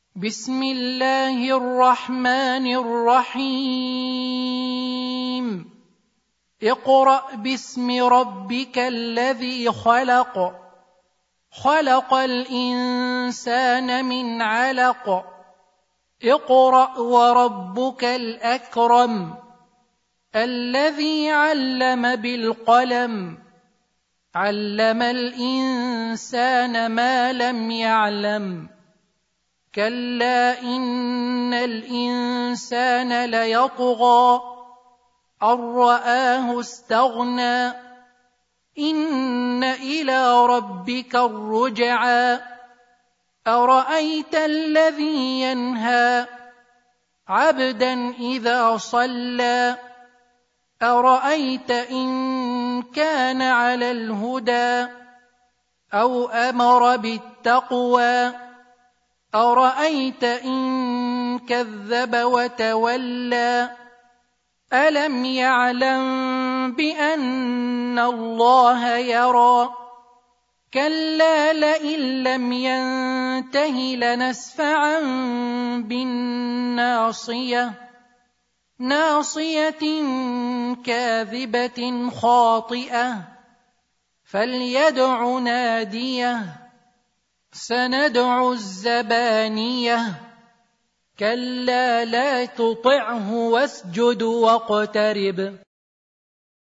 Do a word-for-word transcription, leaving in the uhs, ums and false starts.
بسم الله الرحمن الرحيم اقرأ باسم ربك الذي خلق خلق الإنسان من علق اقرأ وربك الأكرم الذي علم بالقلم علم الإنسان ما لم يعلم كلا إن الإنسان ليطغى أن رآه استغنى إن إلى ربك الرجعى أرأيت الذي ينهى عبدا إذا صلى أرأيت إن كان على الهدى أو أمر بالتقوى أرأيت إن كذب وتولى ألم يعلم بأن الله يرى كلا لئن لم ينته لنسفعا بالناصية ناصية كاذبة خاطئة فليدع ناديه سندع الزبانية كلا لا تطعه واسجد واقترب